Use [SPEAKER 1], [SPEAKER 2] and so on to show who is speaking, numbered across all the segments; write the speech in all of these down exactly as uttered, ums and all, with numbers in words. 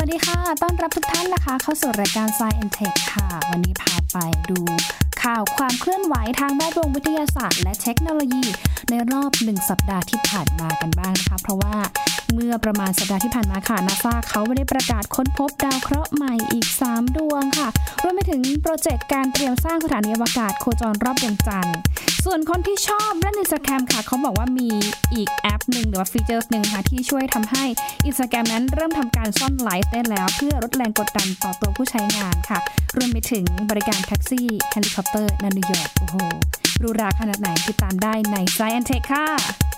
[SPEAKER 1] วัสดีค่ะต้อนรับทุกท่านนะคะเข้าสู่รายการ Science and Tech ค่ะวันนี้พาไปดูข่าวความเคลื่อนไหวทางแวดวงวิทยาศาสตร์และเทคโนโลยีในรอบหนึ่งสัปดาห์ที่ผ่านมากันบ้างนะคะเพราะว่าเมื่อประมาณสัปดาห์ที่ผ่านมาค่ะ NASA เขาได้ประกาศค้นพบดาวเคราะห์ใหม่อีกสามดวงค่ะรวมไปถึงโปรเจกต์การเตรียมสร้างสถานีอวกาศโคจรรอบดวงจันทร์ส่วนคนที่ชอบเล่น Instagram ค่ะเขาบอกว่ามีอีกแอปหนึ่งหรือว่าฟีเจอร์หนึ่งค่ะที่ช่วยทำให้ Instagram นั้นเริ่มทำการซ่อนไลฟ์ได้แล้วเพื่อลดแรงกดดันต่อตัวผู้ใช้งานค่ะรวมไปถึงบริการแท็กซี่เฮลิคอปเตอร์ในนิวยอร์กโอ้โหหรูหราขนาดไหนติดตามได้ใน Science and Tech ค่ะ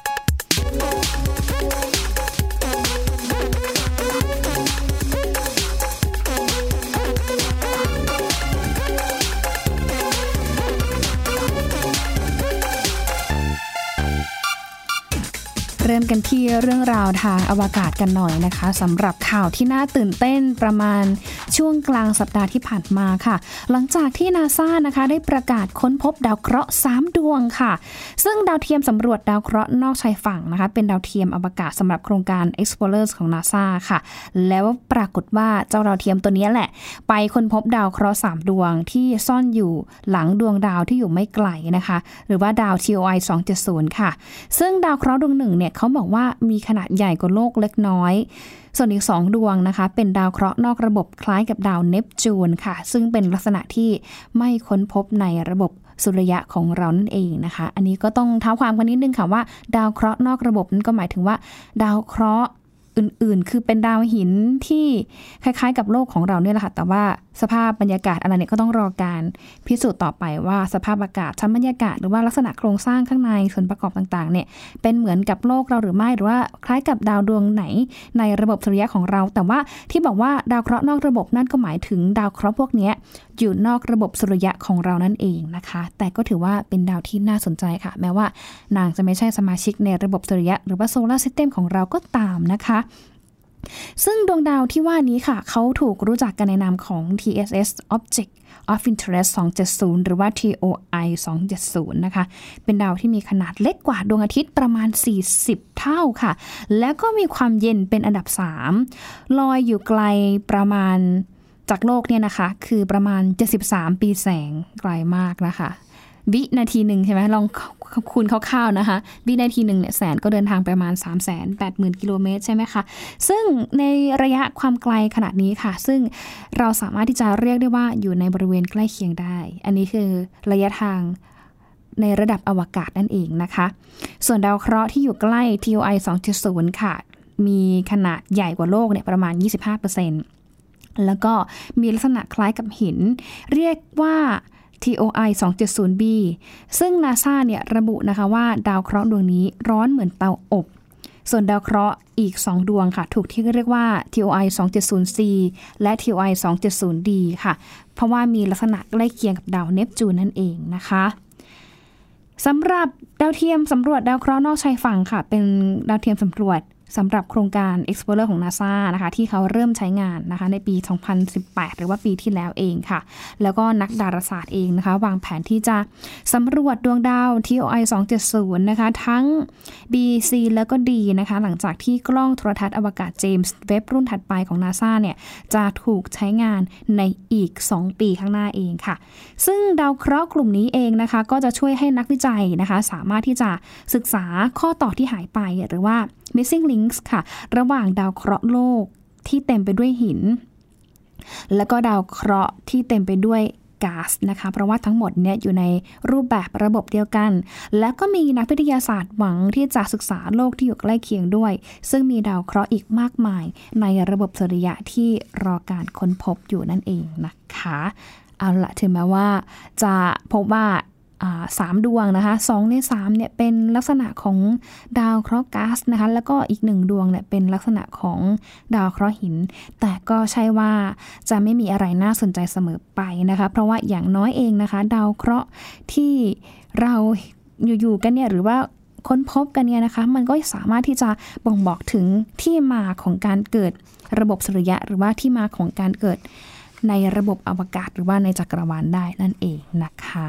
[SPEAKER 1] เริ่มกันที่เรื่องราวทางอวกาศกันหน่อยนะคะสำหรับข่าวที่น่าตื่นเต้นประมาณช่วงกลางสัปดาห์ที่ผ่านมาค่ะหลังจากที่ NASA นะคะได้ประกาศค้นพบดาวเคราะห์สามดวงค่ะซึ่งดาวเทียมสำรวจดาวเคราะห์นอกชายฝั่งนะคะเป็นดาวเทียมอวกาศสำหรับโครงการ Explorers ของ NASA ค่ะแล้วปรากฏว่าเจ้าดาวเทียมตัวนี้แหละไปค้นพบดาวเคราะห์สามดวงที่ซ่อนอยู่หลังดวงดาวที่อยู่ไม่ไกลนะคะหรือว่าดาว ที โอ ไอ สองเจ็ดศูนย์ค่ะซึ่งดาวเคราะห์ดวงหนึ่งเนี่ยเขาบอกว่ามีขนาดใหญ่กว่าโลกเล็กน้อยส่วนอีกสองดวงนะคะเป็นดาวเคราะห์นอกระบบคล้ายกับดาวเนปจูนค่ะซึ่งเป็นลักษณะที่ไม่ค้นพบในระบบสุริยะของเรานั่นเองนะคะอันนี้ก็ต้องเท้าความกันนิดนึงค่ะว่าดาวเคราะห์นอกระบบนั้นก็หมายถึงว่าดาวเคราะห์อื่นๆคือเป็นดาวหินที่คล้ายๆกับโลกของเราเนี่ยแหละค่ะแต่ว่าสภาพบรรยากาศอะไรเนี่ยก็ต้องรอการพิสูจน์ต่อไปว่าสภาพอากาศชั้นบรรยากาศหรือว่าลักษณะโครงสร้างข้างในส่วนประกอบต่างๆเนี่ยเป็นเหมือนกับโลกเราหรือไม่หรือว่าคล้ายกับดาวดวงไหนในระบบสุริยะของเราแต่ว่าที่บอกว่าดาวเคราะห์นอกระบบนั่นก็หมายถึงดาวเคราะห์พวกนี้อยู่นอกระบบสุริยะของเรานั่นเองนะคะแต่ก็ถือว่าเป็นดาวที่น่าสนใจค่ะแม้ว่านางจะไม่ใช่สมาชิกในระบบสุริยะหรือว่าโซลาร์ซิสเต็มของเราก็ตามนะคะซึ่งดวงดาวที่ว่านี้ค่ะเขาถูกรู้จักกันในนามของ ที เอส เอส Object of Interest สองเจ็ดศูนย์หรือว่า ที โอ ไอ สองเจ็ดศูนย์นะคะเป็นดาวที่มีขนาดเล็กกว่าดวงอาทิตย์ประมาณสี่สิบเท่าค่ะแล้วก็มีความเย็นเป็นอันดับสามลอยอยู่ไกลประมาณจากโลกเนี่ยนะคะคือประมาณเจ็ดสิบสามปีแสงไกลมากนะคะวินาทีหนึ่งใช่ไหมลองคูณคร่าวๆนะคะวินาทีหนึ่งเนี่ยแสนก็เดินทางประมาณ สามแสนแปดหมื่น กิโลเมตรใช่ไหมคะซึ่งในระยะความไกลขนาดนี้ค่ะซึ่งเราสามารถที่จะเรียกได้ว่าอยู่ในบริเวณใกล้เคียงได้อันนี้คือระยะทางในระดับอวกาศนั่นเองนะคะส่วนดาวเคราะห์ที่อยู่ใกล้ ที โอ ไอ สองเจ็ดศูนย์ค่ะมีขนาดใหญ่กว่าโลกเนี่ยประมาณ ยี่สิบห้าเปอร์เซ็นต์ แล้วก็มีลักษณะคล้ายกับหินเรียกว่าที โอ ไอ สองเจ็ดศูนย์บี ซึ่ง NASA เนี่ยระบุนะคะว่าดาวเคราะห์ดวงนี้ร้อนเหมือนเตาอบส่วนดาวเคราะห์อีกสองดวงค่ะถูกที่เรียกว่า ที โอ ไอ สองเจ็ดศูนย์ซี และ ที โอ ไอ สองเจ็ดศูนย์ดี ค่ะเพราะว่ามีลักษณะใกล้เคียงกับดาวเนปจูนนั่นเองนะคะสำหรับดาวเทียมสำรวจดาวเคราะห์นอกชายฝั่งค่ะเป็นดาวเทียมสำรวจสำหรับโครงการ Explorer ของ NASA นะคะที่เขาเริ่มใช้งานนะคะในปี สองพันสิบแปด หรือว่าปีที่แล้วเองค่ะแล้วก็นักดาราศาสตร์เองนะคะวางแผนที่จะสำรวจดวงดาว ที โอ ไอ สองเจ็ดศูนย์นะคะทั้ง B C แล้วก็ D นะคะหลังจากที่กล้องโทรทัศน์อวกาศเจมส์เว็บรุ่นถัดไปของ NASA เนี่ยจะถูกใช้งานในอีกสองปีข้างหน้าเองค่ะซึ่งดาวเคราะห์กลุ่มนี้เองนะคะก็จะช่วยให้นักวิจัยนะคะสามารถที่จะศึกษาข้อต่อที่หายไปหรือว่าmissing links ค่ะระหว่างดาวเคราะห์โลกที่เต็มไปด้วยหินแล้วก็ดาวเคราะห์ที่เต็มไปด้วยก๊าซนะคะเพราะว่าทั้งหมดเนี่ยอยู่ในรูปแบบระบบเดียวกันแล้วก็มีนักวิทยาศาสตร์หวังที่จะศึกษาโลกที่อยู่ใกล้เคียงด้วยซึ่งมีดาวเคราะห์อีกมากมายในระบบสุริยะที่รอการค้นพบอยู่นั่นเองนะคะเอาละถึงแม้ว่าจะพบว่าสามดวงนะคะสองในสามเนี่ยเป็นลักษณะของดาวเคราะห์ก๊าซนะคะแล้วก็อีกหนึ่งดวงเนี่ยเป็นลักษณะของดาวเคราะห์หินแต่ก็ใช่ว่าจะไม่มีอะไรน่าสนใจเสมอไปนะคะเพราะว่าอย่างน้อยเองนะคะดาวเคราะห์ที่เราอยู่ๆกันเนี่ยหรือว่าค้นพบกันเนี่ยนะคะมันก็สามารถที่จะบ่งบอกถึงที่มาของการเกิดระบบสุริยะหรือว่าที่มาของการเกิดในระบบอวกาศหรือว่าในจักรวาลได้นั่นเองนะคะ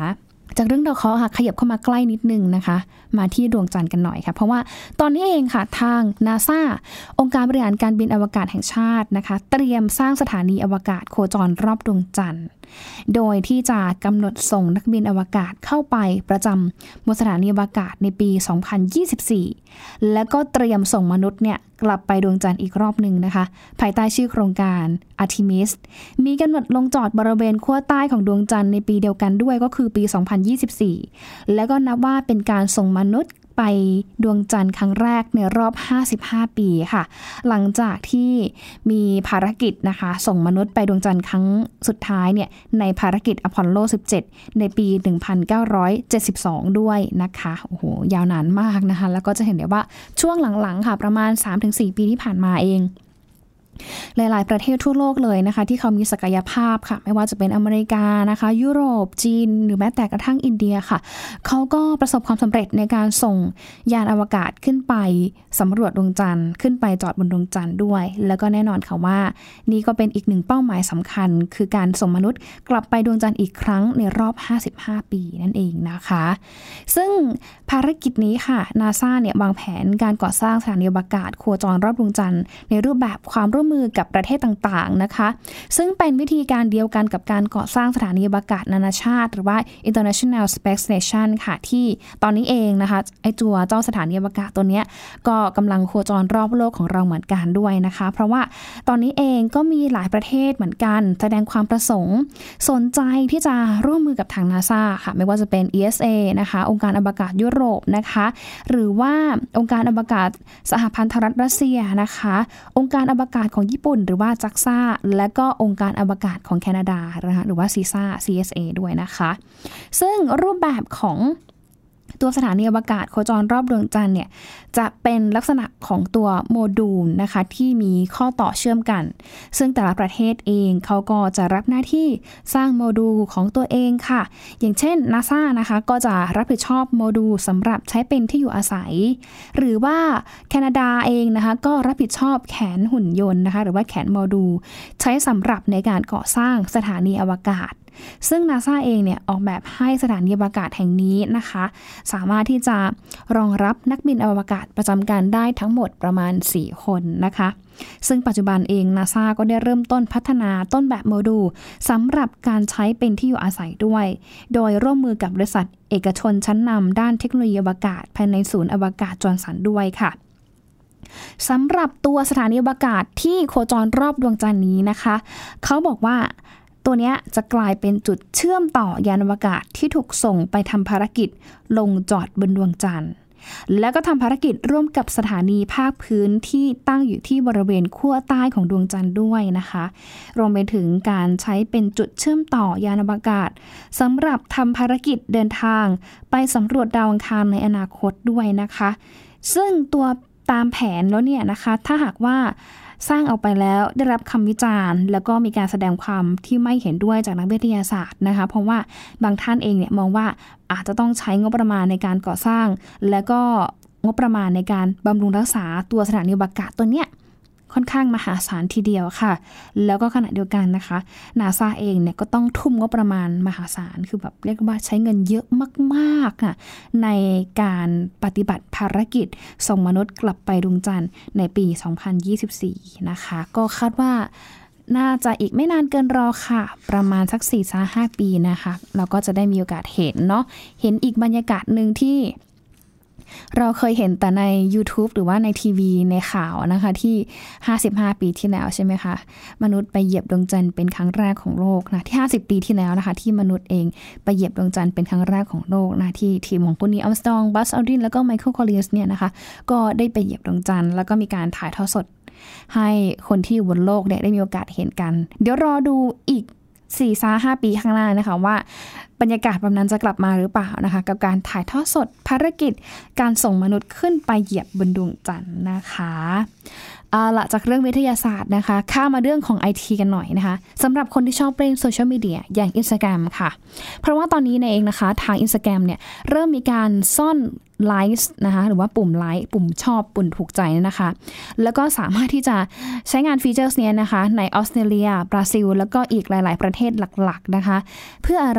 [SPEAKER 1] จากเรื่องดาวเคราะห์ค่ะขยับเข้ามาใกล้นิดนึงนะคะมาที่ดวงจันทร์กันหน่อยค่ะเพราะว่าตอนนี้เองค่ะทาง นาซ่า องค์การบริหารการบินอวกาศแห่งชาตินะคะเตรียมสร้างสถานีอวกาศโคจรรอบดวงจันทร์โดยที่จะกำหนดส่งนักบินอวกาศเข้าไปประจำบนสถานีอวกาศในปี สองพันยี่สิบสี่ แล้วก็เตรียมส่งมนุษย์เนี่ยกลับไปดวงจันทร์อีกรอบหนึ่งนะคะภายใต้ชื่อโครงการ Artemis มีกำหนดลงจอดบริเวณขั้วใต้ของดวงจันทร์ในปีเดียวกันด้วยก็คือปี สองพันยี่สิบสี่ แล้วก็นับว่าเป็นการส่งมนุษย์ไปดวงจันทร์ครั้งแรกในรอบห้าสิบห้าปีค่ะหลังจากที่มีภารกิจนะคะส่งมนุษย์ไปดวงจันทร์ครั้งสุดท้ายเนี่ยในภารกิจอพอลโล สิบเจ็ด ในปี หนึ่งพันเก้าร้อยเจ็ดสิบสอง ด้วยนะคะโอ้โหยาวนานมากนะคะแล้วก็จะเห็นได้ว่าช่วงหลังๆค่ะประมาณ สามถึงสี่ ปีที่ผ่านมาเองหลายๆประเทศทั่วโลกเลยนะคะที่เขามีศักยภาพค่ะไม่ว่าจะเป็นอเมริกานะคะยุโรปจีนหรือแม้แต่กระทั่งอินเดียค่ะเขาก็ประสบความสำเร็จในการส่งยานอวกาศขึ้นไปสำรวจดวงจันทร์ขึ้นไปจอดบนดวงจันทร์ด้วยแล้วก็แน่นอนค่ะว่านี่ก็เป็นอีกหนึ่งเป้าหมายสำคัญคือการส่งมนุษย์กลับไปดวงจันทร์อีกครั้งในรอบห้าสิบห้าปีนั่นเองนะคะซึ่งภารกิจนี้ค่ะ นาซ่า เนี่ยวางแผนการก่อสร้างสถานีอวกาศโคจรรอบดวงจันทร์ในรูปแบบความร่วมมือกับประเทศต่างๆนะคะซึ่งเป็นวิธีการเดียวกันกับการก่อสร้างสถานีอวกาศนานาชาติหรือว่า International Space Station ค่ะที่ตอนนี้เองนะคะไอตัวเจ้าสถานีอวกาศตัวเนี้ยก็กำลังโคจรรอบโลกของเราเหมือนกันด้วยนะคะเพราะว่าตอนนี้เองก็มีหลายประเทศเหมือนกันแสดงความประสงค์สนใจที่จะร่วมมือกับทาง นาซ่า ค่ะไม่ว่าจะเป็น อี เอส เอ นะคะองค์การอวกาศยุโรปนะคะหรือว่าองค์การอวกาศสหพันธรัฐรัสเซียนะคะองค์การอวกาศของญี่ปุ่นหรือว่าจักซ่าและก็องค์การอวกาศของแคนาดานะคะหรือว่าซีซ่า ซี เอส เอ ด้วยนะคะซึ่งรูปแบบของตัวสถานีอวกาศโคจรรอบดวงจันทร์เนี่ยจะเป็นลักษณะของตัวโมดูลนะคะที่มีข้อต่อเชื่อมกันซึ่งแต่ละประเทศเองเขาก็จะรับหน้าที่สร้างโมดูลของตัวเองค่ะอย่างเช่น นาซ่า นะคะก็จะรับผิดชอบโมดูลสำหรับใช้เป็นที่อยู่อาศัยหรือว่าแคนาดาเองนะคะก็รับผิดชอบแขนหุ่นยนต์นะคะหรือว่าแขนโมดูลใช้สำหรับในการก่อสร้างสถานีอวกาศซึ่ง นาซ่า เองเนี่ยออกแบบให้สถานีอวกาศแห่งนี้นะคะสามารถที่จะรองรับนักบินอวกาศประจำการได้ทั้งหมดประมาณสี่คนนะคะซึ่งปัจจุบันเอง นาซ่า ก็ได้เริ่มต้นพัฒนาต้นแบบโมดูลสำหรับการใช้เป็นที่อยู่อาศัยด้วยโดยร่วมมือกับบริษัทเอกชนชั้นนำด้านเทคโนโลยีอวกาศภายในศูนย์อวกาศจอห์นสันด้วยค่ะสำหรับตัวสถานีอวกาศที่โคจรรอบดวงจันทร์นี้นะคะเขาบอกว่าตัวนี้จะกลายเป็นจุดเชื่อมต่อยานอวกาศที่ถูกส่งไปทำภารกิจลงจอดบนดวงจันทร์แล้วก็ทำภารกิจร่วมกับสถานีภาคพื้นที่ตั้งอยู่ที่บริเวณขั้วใต้ของดวงจันทร์ด้วยนะคะรวมไปถึงการใช้เป็นจุดเชื่อมต่อยานอวกาศสำหรับทำภารกิจเดินทางไปสำรวจดาวอังคารในอนาคตด้วยนะคะซึ่งตัวตามแผนแล้วเนี่ยนะคะถ้าหากว่าสร้างออกไปแล้วได้รับคำวิจารณ์แล้วก็มีการแสดงความที่ไม่เห็นด้วยจากนักวิทยาศาสตร์นะคะเพราะว่าบางท่านเองเนี่ยมองว่าอาจจะต้องใช้งบประมาณในการก่อสร้างแล้วก็งบประมาณในการบำรุงรักษาตัวสถานีอวกาศตัวเนี้ยค่อนข้างมหาศาลทีเดียวค่ะแล้วก็ขณะเดียวกันนะคะ นาซ่า เองเนี่ยก็ต้องทุ่มงบประมาณมหาศาลคือแบบเรียกว่าใช้เงินเยอะมากๆค่ะในการปฏิบัติภารกิจส่งมนุษย์กลับไปดวงจันทร์ในปี สองพันยี่สิบสี่ นะคะก็คาดว่าน่าจะอีกไม่นานเกินรอค่ะประมาณสัก สี่ถึงห้า ปีนะคะเราก็จะได้มีโอกาสเห็นเนาะเห็นอีกบรรยากาศนึงที่เราเคยเห็นแต่ใน YouTube หรือว่าในทีวีในข่าวนะคะที่ห้าสิบห้าปีที่แล้วใช่ไหมคะมนุษย์ไปเหยียบดวงจันทร์เป็นครั้งแรกของโลกนะที่ห้าสิบปีที่แล้วนะคะที่มนุษย์เองไปเหยียบดวงจันทร์เป็นครั้งแรกของโลกนะที่ทีมของคุณนีอัลสตรองบัสอัลดรินแล้วก็ไมเคิลคอลลินส์เนี่ยนะคะก็ได้ไปเหยียบดวงจันทร์แล้วก็มีการถ่ายทอดสดให้คนที่อยู่บนโลกเนี่ยได้มีโอกาสเห็นกันเดี๋ยวรอดูอีก สี่ถึงห้า ปีข้างหน้านะคะว่าบรรยากาศแบบนั้นจะกลับมาหรือเปล่านะคะกับการถ่ายทอดสดภารกิจการส่งมนุษย์ขึ้นไปเหยียบบนดวงจันทร์นะคะเอาละจากเรื่องวิทยาศาสตร์นะคะข้ามมาเรื่องของ ไอ ที กันหน่อยนะคะสำหรับคนที่ชอบเล่นโซเชียลมีเดียอย่าง Instagram ค่ะเพราะว่าตอนนี้เองนะคะทาง Instagram เนี่ยเริ่มมีการซ่อนไลค์นะคะหรือว่าปุ่มไลค์ปุ่มชอบปุ่มถูกใจนะคะแล้วก็สามารถที่จะใช้งานฟีเจอร์นี้นะคะในออสเตรเลียบราซิลแล้วก็อีกหลายๆประเทศหลักๆนะคะเพื่ออะไรเขาบอก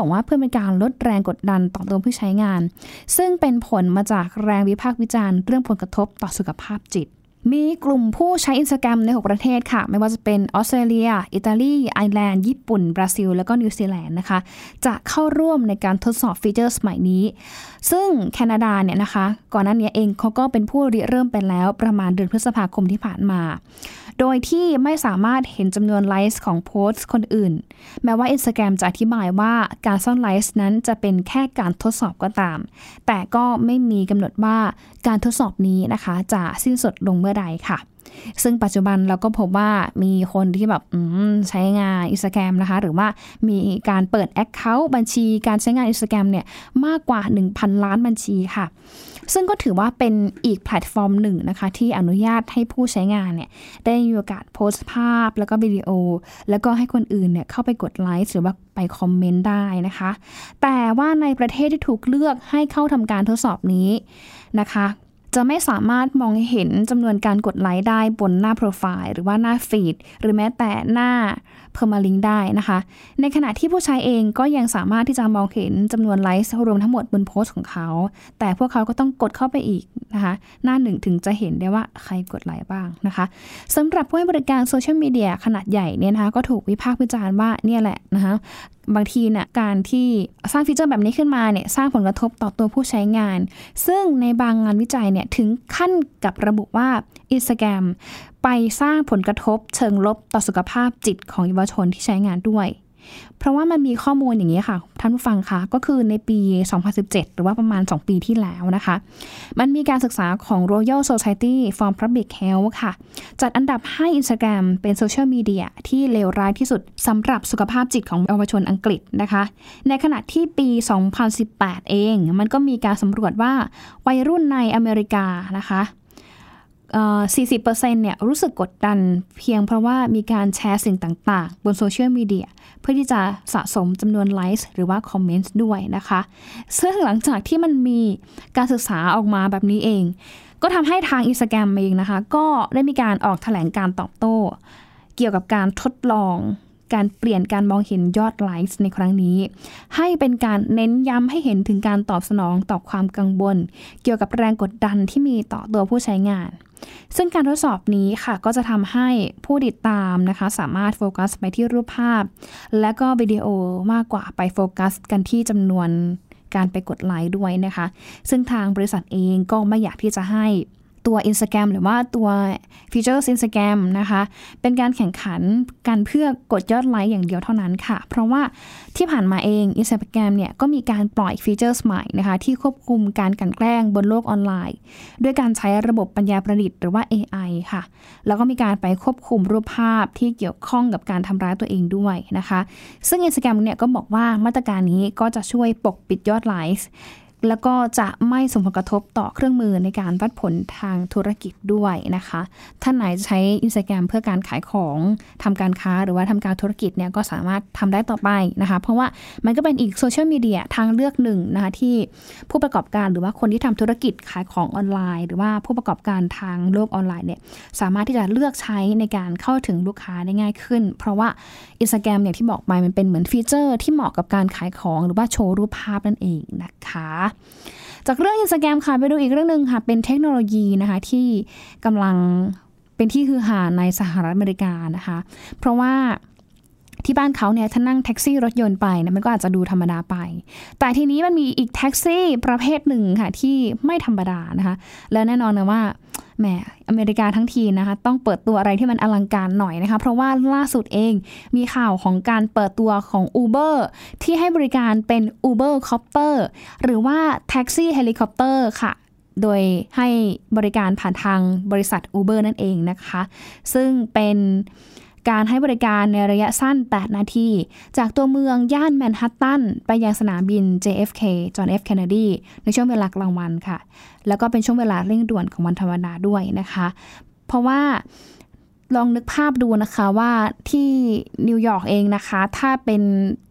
[SPEAKER 1] บอกว่าเพื่อเป็นการลดแรงกดดันต่อตัวผู้ใช้งานซึ่งเป็นผลมาจากแรงวิพากษ์วิจารณ์เรื่องผลกระทบต่อสุขภาพจิตมีกลุ่มผู้ใช้ Instagram ในหกประเทศค่ะไม่ว่าจะเป็นออสเตรเลียอิตาลีไอร์แลนด์ญี่ปุ่นบราซิลแล้วก็นิวซีแลนด์นะคะจะเข้าร่วมในการทดสอบฟีเจอร์ใหม่นี้ซึ่งแคนาดาเนี่ยนะคะก่อนหน้านี้เองเขาก็เป็นผู้ริเริ่มไปแล้วประมาณเดือนพฤษภาคมที่ผ่านมาโดยที่ไม่สามารถเห็นจำนวนไลค์ของโพสต์คนอื่นแม้ว่า Instagram จะอธิบายว่าการซ่อนไลค์นั้นจะเป็นแค่การทดสอบก็ตามแต่ก็ไม่มีกำหนดว่าการทดสอบนี้นะคะจะสิ้นสุดลงเมื่อใดค่ะซึ่งปัจจุบันเราก็พบว่ามีคนที่แบบใช้งาน Instagram นะคะหรือว่ามีการเปิด Account บัญชีการใช้งาน Instagram เนี่ยมากกว่า หนึ่งพัน ล้านบัญชีค่ะซึ่งก็ถือว่าเป็นอีกแพลตฟอร์มหนึ่งนะคะที่อนุญาตให้ผู้ใช้งานเนี่ยได้มีโอกาสโพสต์ภาพแล้วก็วิดีโอแล้วก็ให้คนอื่นเนี่ยเข้าไปกดไลค์หรือว่าไปคอมเมนต์ได้นะคะแต่ว่าในประเทศที่ถูกเลือกให้เข้าทำการทดสอบนี้นะคะจะไม่สามารถมองเห็นจำนวนการกดไลค์ได้บนหน้าโปรไฟล์หรือว่าหน้าฟีดหรือแม้แต่หน้าเพอร์มาลิงก์ได้นะคะในขณะที่ผู้ใช้เองก็ยังสามารถที่จะมองเห็นจำนวนไลค์รวมทั้งหมดบนโพสต์ของเขาแต่พวกเขาก็ต้องกดเข้าไปอีกนะคะหน้าหนึ่งถึงจะเห็นได้ว่าใครกดไลค์บ้างนะคะสำหรับผู้ให้บริการโซเชียลมีเดียขนาดใหญ่เนี่ยนะคะก็ถูกวิพากษ์วิจารณ์ว่าเนี่ยแหละนะคะบางทีเนี่ยการที่สร้างฟีเจอร์แบบนี้ขึ้นมาเนี่ยสร้างผลกระทบต่อตัวผู้ใช้งานซึ่งในบางงานวิจัยเนี่ยถึงขั้นกับระบุว่า Instagram ไปสร้างผลกระทบเชิงลบต่อสุขภาพจิตของเยาวชนที่ใช้งานด้วยเพราะว่ามันมีข้อมูลอย่างนี้ค่ะท่านผู้ฟังคะก็คือในปีสองพันสิบเจ็ดหรือว่าประมาณสองปีที่แล้วนะคะมันมีการศึกษาของ Royal Society for Public Health ค่ะจัดอันดับให้ Instagram เป็นโซเชียลมีเดียที่เลวร้ายที่สุดสำหรับสุขภาพจิตของเยาวชนอังกฤษนะคะในขณะที่ปีสองพันสิบแปดเองมันก็มีการสำรวจว่าวัยรุ่นในอเมริกานะคะสี่สิบเปอร์เซ็นต์ เนี่ยรู้สึกกดดันเพียงเพราะว่ามีการแชร์สิ่งต่างๆบนโซเชียลมีเดียเพื่อที่จะสะสมจำนวนไลค์หรือว่าคอมเมนต์ด้วยนะคะซึ่งหลังจากที่มันมีการศึกษาออกมาแบบนี้เองก็ทำให้ทาง Instagram เองนะคะก็ได้มีการออกแถลงการตอบโต้เกี่ยวกับการทดลองการเปลี่ยนการมองเห็นยอดไลค์ในครั้งนี้ให้เป็นการเน้นย้ำให้เห็นถึงการตอบสนองต่อความกังวลเกี่ยวกับแรงกดดันที่มีต่อตัวผู้ใช้งานซึ่งการทดสอบนี้ค่ะก็จะทำให้ผู้ติดตามนะคะสามารถโฟกัสไปที่รูปภาพและก็วิดีโอมากกว่าไปโฟกัสกันที่จำนวนการไปกดไลค์ด้วยนะคะซึ่งทางบริษัทเองก็ไม่อยากที่จะให้ตัว Instagram หรือว่าตัว Features Instagram นะคะเป็นการแข่งขันกันเพื่อกดยอดไลค์อย่างเดียวเท่านั้นค่ะเพราะว่าที่ผ่านมาเอง Instagram เนี่ยก็มีการปล่อยฟีเจอร์ใหม่นะคะที่ควบคุมการกลั่นแกล้งบนโลกออนไลน์ด้วยการใช้ระบบปัญญาประดิษฐ์หรือว่า เอ ไอ ค่ะแล้วก็มีการไปควบคุมรูปภาพที่เกี่ยวข้องกับการทำร้ายตัวเองด้วยนะคะซึ่ง Instagram เนี่ยก็บอกว่ามาตรการนี้ก็จะช่วยปกปิดยอดไลค์แล้วก็จะไม่ส่งผลกระทบต่อเครื่องมือในการวัดผลทางธุรกิจด้วยนะคะท่านไหนใช้ Instagram เพื่อการขายของทำการค้าหรือว่าทำการธุรกิจเนี่ยก็สามารถทำได้ต่อไปนะคะเพราะว่ามันก็เป็นอีกโซเชียลมีเดียทางเลือกหนึ่งนะคะที่ผู้ประกอบการหรือว่าคนที่ทำธุรกิจขายของออนไลน์หรือว่าผู้ประกอบการทางโลกออนไลน์เนี่ยสามารถที่จะเลือกใช้ในการเข้าถึงลูกค้าได้ง่ายขึ้นเพราะว่า Instagram เนี่ยที่บอกไปมันเป็นเหมือนฟีเจอร์ที่เหมาะกับการขายของหรือว่าโชว์รูปภาพนั่นเองนะคะจากเรื่อง Instagram ค่ะไปดูอีกเรื่องนึงค่ะเป็นเทคโนโลยีนะคะที่กำลังเป็นที่ฮือฮาในสหรัฐอเมริกานะคะเพราะว่าที่บ้านเขาเนี่ยถ้านั่งแท็กซี่รถยนต์ไปนะมันก็อาจจะดูธรรมดาไปแต่ทีนี้มันมีอีกแท็กซี่ประเภทหนึ่งค่ะที่ไม่ธรรมดานะคะแล้วแน่นอนนะว่าแหมอเมริกาทั้งทีนะคะต้องเปิดตัวอะไรที่มันอลังการหน่อยนะคะเพราะว่าล่าสุดเองมีข่าวของการเปิดตัวของ Uber ที่ให้บริการเป็น Uber Copter หรือว่าแท็กซี่เฮลิคอปเตอร์ค่ะโดยให้บริการผ่านทางบริษัท Uber นั่นเองนะคะซึ่งเป็นการให้บริการในระยะสั้นแปดนาทีจากตัวเมืองย่านแมนฮัตตันไปยังสนามบิน เจ เอฟ เค John F Kennedy ในช่วงเวลากลางวันค่ะแล้วก็เป็นช่วงเวลาเร่งด่วนของวันธรรมดาด้วยนะคะเพราะว่าลองนึกภาพดูนะคะว่าที่นิวยอร์กเองนะคะถ้าเป็น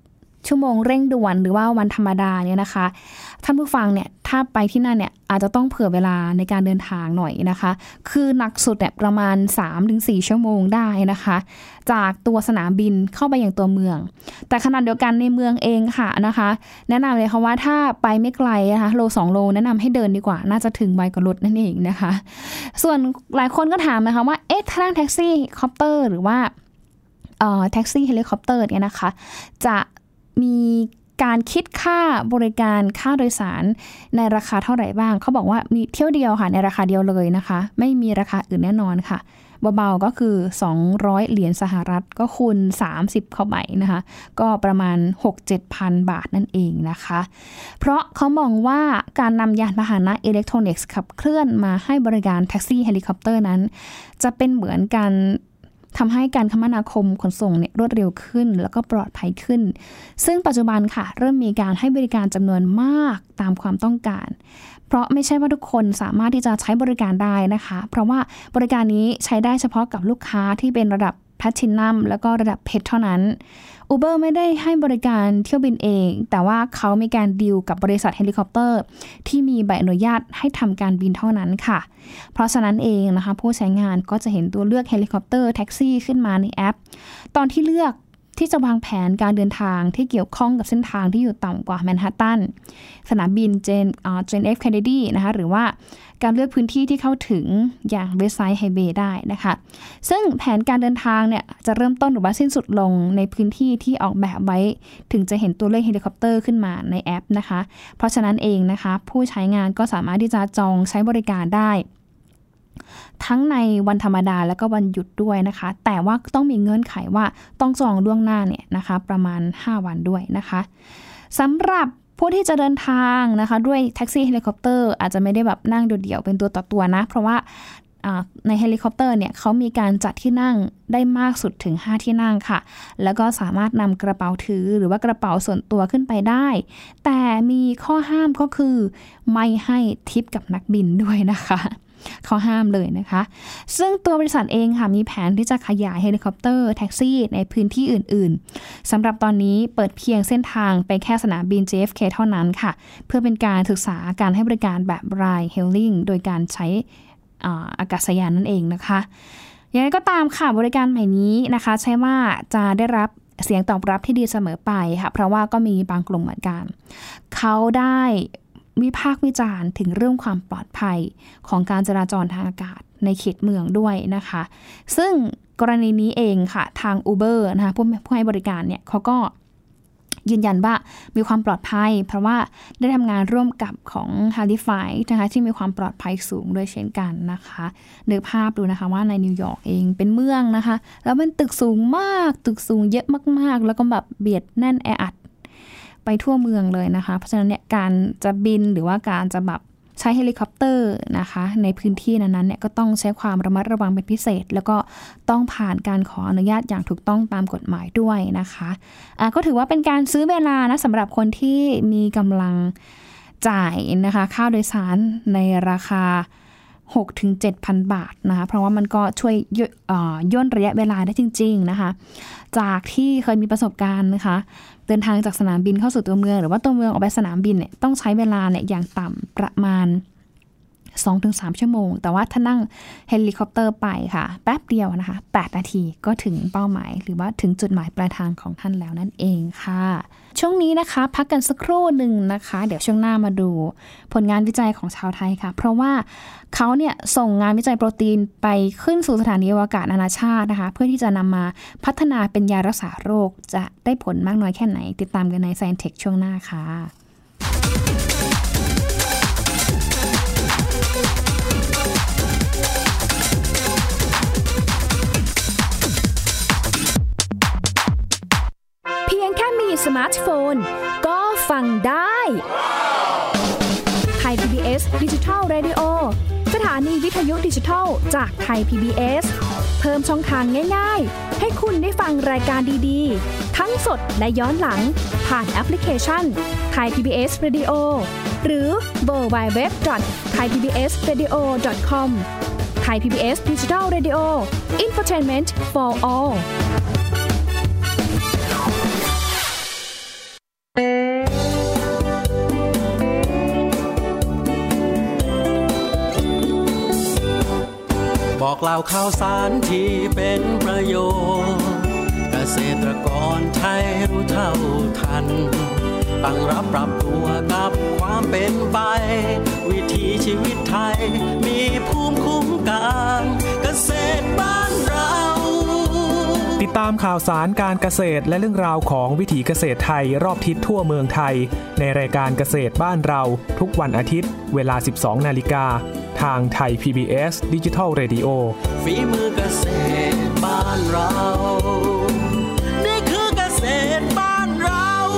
[SPEAKER 1] ชั่วโมงเร่งด่วนหรือว่าวันธรรมดาเนี่ยนะคะท่านผู้ฟังเนี่ยถ้าไปที่นั่นเนี่ยอาจจะต้องเผื่อเวลาในการเดินทางหน่อยนะคะคือหนักสุดเนี่ยประมาณ สามถึงสี่ ชั่วโมงได้นะคะจากตัวสนามบินเข้าไปยังตัวเมืองแต่ขณะเดียวกันในเมืองเองค่ะนะคะแนะนำเลยค่ะว่าถ้าไปไม่ไกลนะคะโลสองโลแนะนำให้เดินดีกว่าน่าจะถึงไวกว่ารถนั่นเองนะคะส่วนหลายคนก็ถามนะคะว่าเอ๊ะถ้านั่งแท็กซี่คอปเตอร์หรือว่าเอ่อแท็กซี่เฮลิคอปเตอร์เนี่ยนะคะจะมีการคิดค่าบริการค่าโดยสารในราคาเท่าไหร่บ้างเขาบอกว่ามีเที่ยวเดียวค่ะในราคาเดียวเลยนะคะไม่มีราคาอื่นแน่นอนค่ะเบาๆก็คือสองร้อยเหรียญสหรัฐก็คูณสามสิบเข้าไปนะคะก็ประมาณ หกถึงเจ็ดพัน บาทนั่นเองนะคะเพราะเขามองว่าการนำยานพาหนะอิเล็กทรอนิกส์ขับเคลื่อนมาให้บริการแท็กซี่เฮลิคอปเตอร์นั้นจะเป็นเหมือนการทำให้การคมนาคมขนส่งเนี่ยรวดเร็วขึ้นแล้วก็ปลอดภัยขึ้นซึ่งปัจจุบันค่ะเริ่มมีการให้บริการจำนวนมากตามความต้องการเพราะไม่ใช่ว่าทุกคนสามารถที่จะใช้บริการได้นะคะเพราะว่าบริการนี้ใช้ได้เฉพาะกับลูกค้าที่เป็นระดับแพลทินัมแล้วก็ระดับเพชรเท่านั้น Uber ไม่ได้ให้บริการเที่ยวบินเองแต่ว่าเขามีการดีลกับบริษัทเฮลิคอปเตอร์ที่มีใบอนุญาตให้ทำการบินเท่านั้นค่ะเพราะฉะนั้นเองนะคะผู้ใช้งานก็จะเห็นตัวเลือกเฮลิคอปเตอร์แท็กซี่ขึ้นมาในแอปตอนที่เลือกที่จะวางแผนการเดินทางที่เกี่ยวข้องกับเส้นทางที่อยู่ต่ำกว่าแมนฮัตตันสนามบินเจนอ่าเจนเอฟเคนเนดีนะคะหรือว่าการเลือกพื้นที่ที่เข้าถึงอย่างเวสต์ไซด์ไฮเวย์ได้นะคะซึ่งแผนการเดินทางเนี่ยจะเริ่มต้นหรือว่าสิ้นสุดลงในพื้นที่ที่ออกแบบไว้ถึงจะเห็นตัวเลขเฮลิคอปเตอร์ขึ้นมาในแอปนะคะเพราะฉะนั้นเองนะคะผู้ใช้งานก็สามารถที่จะจองใช้บริการได้ทั้งในวันธรรมดาแล้วก็วันหยุดด้วยนะคะแต่ว่าต้องมีเงื่อนไขว่าต้องจองล่วงหน้าเนี่ยนะคะประมาณห้าวันด้วยนะคะสำหรับผู้ที่จะเดินทางนะคะด้วยแท็กซี่เฮลิคอปเตอร์อาจจะไม่ได้แบบนั่งเดี่ยวๆเป็นตัวต่อตัวนะเพราะว่าในเฮลิคอปเตอร์เนี่ยเขามีการจัดที่นั่งได้มากสุดถึงห้าที่นั่งค่ะแล้วก็สามารถนำกระเป๋าถือหรือว่ากระเป๋าส่วนตัวขึ้นไปได้แต่มีข้อห้ามก็คือไม่ให้ทิปกับนักบินด้วยนะคะเขาห้ามเลยนะคะซึ่งตัวบริษัทเองค่ะมีแผนที่จะขยายเฮลิคอปเตอร์แท็กซี่ในพื้นที่อื่นๆสำหรับตอนนี้เปิดเพียงเส้นทางไปแค่สนามบิน เจ เอฟ เค เท่านั้นค่ะเพื่อเป็นการศึกษาการให้บริการแบบ ride hailing โดยการใช้อากาศยานนั่นเองนะคะอย่างไรก็ตามค่ะบริการใหม่นี้นะคะใช่ว่าจะได้รับเสียงตอบรับที่ดีเสมอไปค่ะเพราะว่าก็มีบางกลุ่มเหมือนกันเขาได้วิพากษ์วิจารณ์ถึงเรื่องความปลอดภัยของการจราจรทางอากาศในเขตเมืองด้วยนะคะซึ่งกรณีนี้เองค่ะทาง Uber นะคะผู้ผู้ให้บริการเนี่ยเขาก็ยืนยันว่ามีความปลอดภัยเพราะว่าได้ทำงานร่วมกับของ Halifax นะคะที่มีความปลอดภัยสูงด้วยเช่นกันนะคะนึกภาพดูนะคะว่าในนิวยอร์กเองเป็นเมืองนะคะแล้วเป็นตึกสูงมากตึกสูงเยอะมากๆแล้วก็แบบเบียดแน่นแออัดไปทั่วเมืองเลยนะคะเพราะฉะนั้นเนี่ยการจะบินหรือว่าการจะแบบใช้เฮลิคอปเตอร์นะคะในพื้นที่นั้นๆเนี่ยก็ต้องใช้ความระมัดระวังเป็นพิเศษแล้วก็ต้องผ่านการขออนุญาตอย่างถูกต้องตามกฎหมายด้วยนะคะอ่ะก็ถือว่าเป็นการซื้อเวลานะสำหรับคนที่มีกำลังจ่ายนะคะค่าโดยสารในราคา หกถึงเจ็ดพัน บาทนะคะเพราะว่ามันก็ช่วยย่นระยะเวลาได้จริงๆนะคะจากที่เคยมีประสบการณ์นะคะเดินทางจากสนามบินเข้าสู่ตัวเมืองหรือว่าตัวเมืองออกไปสนามบินเนี่ยต้องใช้เวลาเนี่ยอย่างต่ำประมาณ สองถึงสาม ชั่วโมงแต่ว่าถ้านั่งเฮลิคอปเตอร์ไปค่ะแป๊บเดียวนะคะแปดนาทีก็ถึงเป้าหมายหรือว่าถึงจุดหมายปลายทางของท่านแล้วนั่นเองค่ะช่วงนี้นะคะพักกันสักครู่หนึ่งนะคะเดี๋ยวช่วงหน้ามาดูผลงานวิจัยของชาวไทยค่ะเพราะว่าเขาเนี่ยส่งงานวิจัยโปรตีนไปขึ้นสู่สถานีอวกาศนานาชาตินะคะเพื่อที่จะนำมาพัฒนาเป็นยารักษาโรคจะได้ผลมากน้อยแค่ไหนติดตามกันใน Science Tech ช่วงหน้าค่ะ
[SPEAKER 2] เพียงแค่มีสมาร์ทโฟนก็ฟังได้ไทย พี บี เอส Digital Radio สถานีวิทยุดิจิทัลจากไทย พี บี เอส เพิ่มช่องทางง่ายๆให้คุณได้ฟังรายการดีๆทั้งสดและย้อนหลังผ่านแอปพลิเคชัน Thai พี บี เอส Radio หรือ ดับเบิลยู ดับเบิลยู ดับเบิลยู ดอท ไทยพีบีเอสเรดิโอ ดอท คอม Thai พี บี เอส Digital Radio Infotainment for all
[SPEAKER 3] บอกเล่าข่าวสารที่เป็นประโยชน์เกษตรกรไทยรู้เท่าทันตั้งรับปรับตัวกับความเป็นไปวิถีชีวิตไทยมีภูมิคุ้มกันเกษตรบ้านเรา
[SPEAKER 4] ติดตามข่าวสารการเกษตรและเรื่องราวของวิถีเกษตรไทยรอบทิศทั่วเมืองไทยในรายการเกษตรบ้านเราทุกวันอาทิตย์เวลา สิบสองนาฬิกา ทางไทย พี บี เอส Digital Radio
[SPEAKER 3] ฝีมือเกษตรบ้านเรานี่คือเกษตรบ้านเรา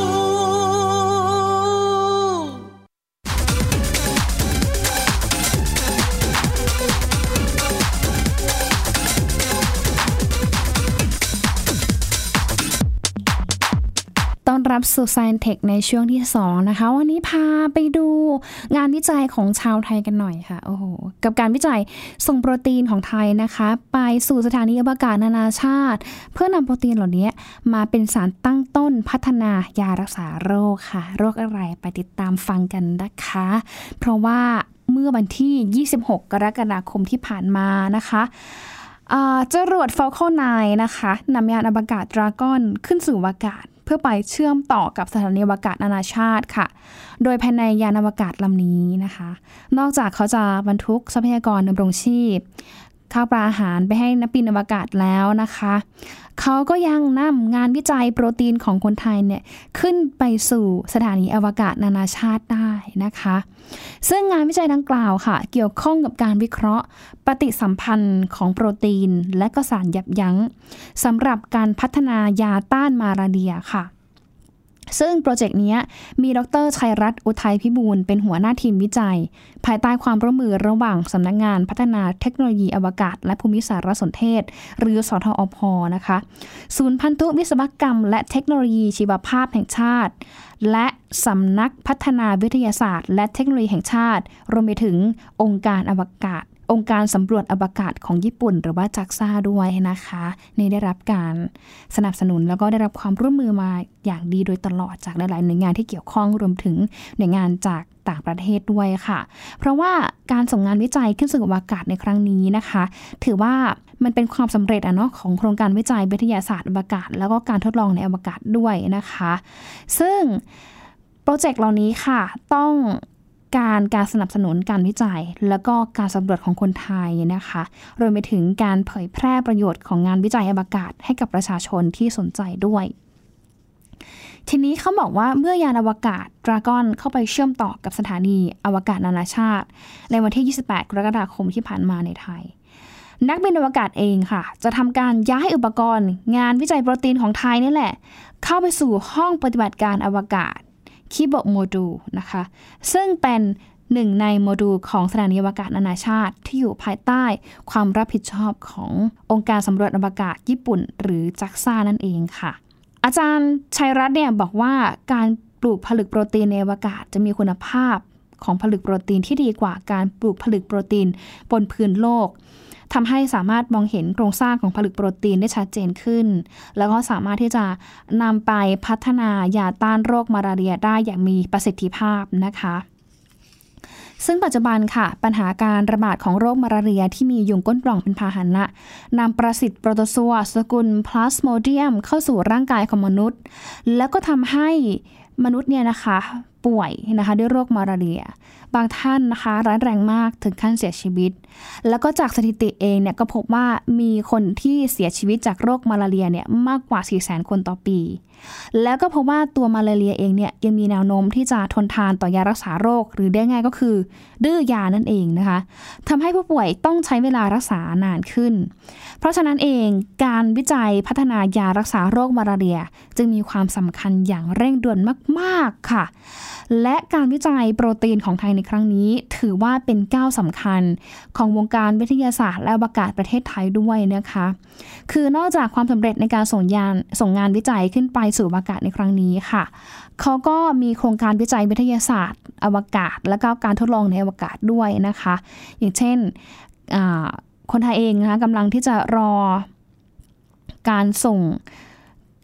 [SPEAKER 1] ต้อนรับสู่ Science Tech ในช่วงที่สองนะคะวันนี้พาไปดูงานวิจัยของชาวไทยกันหน่อยค่ะโอ้โหกับการวิจัยส่งโปรตีนของไทยนะคะไปสู่สถานีอวกาศนานาชาติเพื่อนำโปรตีนเหล่านี้มาเป็นสารตั้งต้นพัฒนายารักษาโรคค่ะโรคอะไรไปติดตามฟังกันนะคะเพราะว่าเมื่อวันที่ยี่สิบหกกรกฎาคมที่ผ่านมานะคะจรวด Falcon ไนน์ นะคะนำยานอวกาศ Dragon ขึ้นสู่อวกาศเพื่อไปเชื่อมต่อกับสถานีอวกาศนานาชาติค่ะโดยภายในยานอวกาศลำนี้นะคะนอกจากเขาจะบรรทุกทรัพยากรดำรงชีพข้าวปลาอาหารไปให้นักบินอวกาศแล้วนะคะเขาก็ยังนำงานวิจัยโปรตีนของคนไทยเนี่ยขึ้นไปสู่สถานีอวกาศนานาชาติได้นะคะซึ่งงานวิจัยดังกล่าวค่ะเกี่ยวข้องกับการวิเคราะห์ปฏิสัมพันธ์ของโปรตีนและก็สารยับยั้งสำหรับการพัฒนายาต้านมาลาเรียค่ะซึ่งโปรเจกต์นี้มีดร.ชัยรัตน์อุทัยพิบูลเป็นหัวหน้าทีมวิจัยภายใต้ความร่วมมือระหว่างสำนักงานพัฒนาเทคโนโลยีอวกาศและภูมิสารสนเทศหรือสทอพ.นะคะศูนย์พันธุวิศวกรรมและเทคโนโลยีชีวภาพแห่งชาติและสำนักพัฒนาวิทยาศาสตร์และเทคโนโลยีแห่งชาติรวมไปถึงองค์การอวกาศองค์การสำรวจอวกาศของญี่ปุ่นหรือว่าจักซ่าด้วยนะคะนี่ได้รับการสนับสนุนแล้วก็ได้รับความร่วมมือมาอย่างดีโดยตลอดจากหลายๆหน่วยงานที่เกี่ยวข้องรวมถึงหน่วยงานจากต่างประเทศด้วยค่ะเพราะว่าการส่งงานวิจัยขึ้นสู่อวกาศในครั้งนี้นะคะถือว่ามันเป็นความสำเร็จอะเนาะของโครงการวิจัยวิทยาศาสตร์อวกาศแล้วก็การทดลองในอวกาศด้วยนะคะซึ่งโปรเจกต์เหล่านี้ค่ะต้องการการสนับสนุนการวิจัยแล้วก็การสำรวจของคนไทยนะคะรวมไปถึงการเผยแพร่ประโยชน์ของงานวิจัยอวกาศให้กับประชาชนที่สนใจด้วยทีนี้เขาบอกว่าเมื่อยานอวกาศ Dragon เข้าไปเชื่อมต่อกับสถานีอวกาศนานาชาติในวันที่ยี่สิบแปดกรกฎาคมที่ผ่านมาในไทยนักบินอวกาศเองค่ะจะทำการย้ายอุปกรณ์งานวิจัยโปรตีนของไทยนี่แหละเข้าไปสู่ห้องปฏิบัติการอวกาศคิโบโมดูลนะคะซึ่งเป็นหนึ่งในโมดูลของสถานีอวกาศนานาชาติที่อยู่ภายใต้ความรับผิดชอบขององค์การสำรวจอวกาศญี่ปุ่นหรือจักซ่านั่นเองค่ะอาจารย์ชัยรัตน์เนี่ยบอกว่าการปลูกผลึกโปรตีนในอวกาศจะมีคุณภาพของผลึกโปรตีนที่ดีกว่าการปลูกผลึกโปรตีนบนพื้นโลกทำให้สามารถมองเห็นโครงสร้างของผลึกโปรตีนได้ชัดเจนขึ้นแล้วก็สามารถที่จะนำไปพัฒนายาต้านโรคมาลาเรียได้อย่างมีประสิทธิภาพนะคะซึ่งปัจจุบันค่ะปัญหาการระบาดของโรคมาลาเรียที่มียุงก้นปล่องเป็นพาหนะนำประสิทธิ์โปรโตซัวสกุลพลาสโมเดียมเข้าสู่ร่างกายของมนุษย์แล้วก็ทำให้มนุษย์เนี่ยนะคะป่วยนะคะด้วยโรคมาลาเรียบางท่านนะคะร้ายแรงมากถึงขั้นเสียชีวิตแล้วก็จากสถิติเองเนี่ยก็พบว่ามีคนที่เสียชีวิตจากโรคมาลาเรียเนี่ยมากกว่า สี่แสน คนต่อปีแล้วก็พบว่าตัวมาลาเรียเองเนี่ยยังมีแนวโน้มที่จะทนทานต่อยารักษาโรคหรือได้ง่ายก็คือดื้อยานั่นเองนะคะทำให้ผู้ป่วยต้องใช้เวลารักษานานขึ้นเพราะฉะนั้นเองการวิจัยพัฒนายารักษาโรคมาลาเรียจึงมีความสำคัญอย่างเร่งด่วนมากๆค่ะและการวิจัยโปรตีนของไทยในครั้งนี้ถือว่าเป็นก้าวสำคัญของวงการวิทยาศาสตร์และอวกาศประเทศไทยด้วยนะคะคือนอกจากความสำเร็จในการส่งยานส่งงานวิจัยขึ้นไปสู่อวกาศในครั้งนี้ค่ะเขาก็มีโครงการวิจัยวิทยาศาสตร์อวกาศและก็การทดลองในอวกาศด้วยนะคะอย่างเช่นคนไทยเองนะคะกำลังที่จะรอการส่ง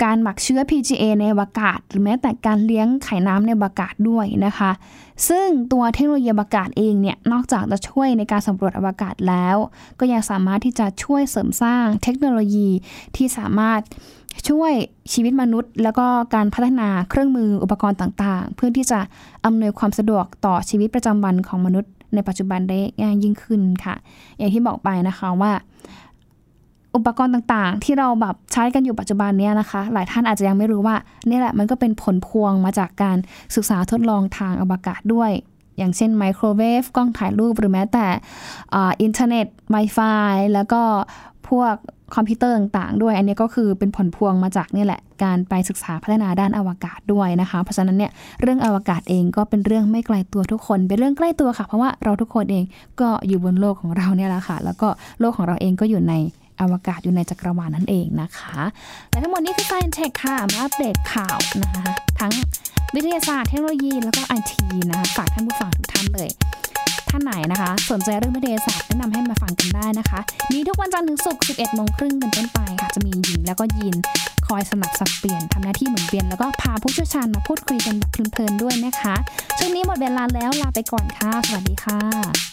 [SPEAKER 1] การหมักเชื้อ พี จี เอ ในอวกาศหรือแม้แต่การเลี้ยงไข่น้ำในอวกาศด้วยนะคะซึ่งตัวเทคโนโลยีอวกาศเองเนี่ยนอกจากจะช่วยในการสำรวจอวกาศแล้วก็ยังสามารถที่จะช่วยเสริมสร้างเทคโนโลยีที่สามารถช่วยชีวิตมนุษย์แล้วก็การพัฒนาเครื่องมืออุปกรณ์ต่างๆเพื่อที่จะอำนวยความสะดวกต่อชีวิตประจำวันของมนุษย์ในปัจจุบันได้ง่ายยิ่งขึ้นค่ะอย่างที่บอกไปนะคะว่าอุปกรณ์ต่างๆที่เราแบบใช้กันอยู่ปัจจุบันนี้นะคะหลายท่านอาจจะยังไม่รู้ว่านี่แหละมันก็เป็นผลพวงมาจากการศึกษาทดลองทางอวกาศด้วยอย่างเช่นไมโครเวฟกล้องถ่ายรูปหรือแม้แต่อินเทอร์เน็ต Wi-Fi แล้วก็พวกคอมพิวเตอร์ต่างๆด้วยอันนี้ก็คือเป็นผลพวงมาจากนี่แหละการไปศึกษาพัฒนาด้านอวกาศด้วยนะคะเพราะฉะนั้นเนี่ยเรื่องอวกาศเองก็เป็นเรื่องไม่ไกลตัวทุกคนเป็นเรื่องใกล้ตัวค่ะเพราะว่าเราทุกคนเองก็อยู่บนโลกของเราเนี่ยแหละค่ะแล้วก็โลกของเราเองก็อยู่ในอวกาศอยู่ในจักรวาลนั่นเองนะคะและทั้งหมดนี้คือ Science Tech ค่ะมาอัปเดตข่าวนะคะทั้งวิทยาศาสตร์เทคโนโลยีแล้วก็ ไอ ที นะคะฝากท่านผู้ฟังทุกท่านเลยท่านไหนนะคะสนใจเรื่องวิทยาศาสตร์แนะนำให้มาฟังกันได้นะคะมีทุกวันจันทร์ถึงศุกร์ สิบเอ็ดโมงครึ่งเป็นต้นไปค่ะจะมีหญิงแล้วก็ยินคอยสลับสับเปลี่ยนทำหน้าที่หมุนเวียนแล้วก็พาผู้เชี่ยวชาญมาพูดคุยกันแบบเพลินๆด้วยนะคะช่วงนี้หมดเวลาแล้วลาไปก่อนค่ะสวัสดีค่ะ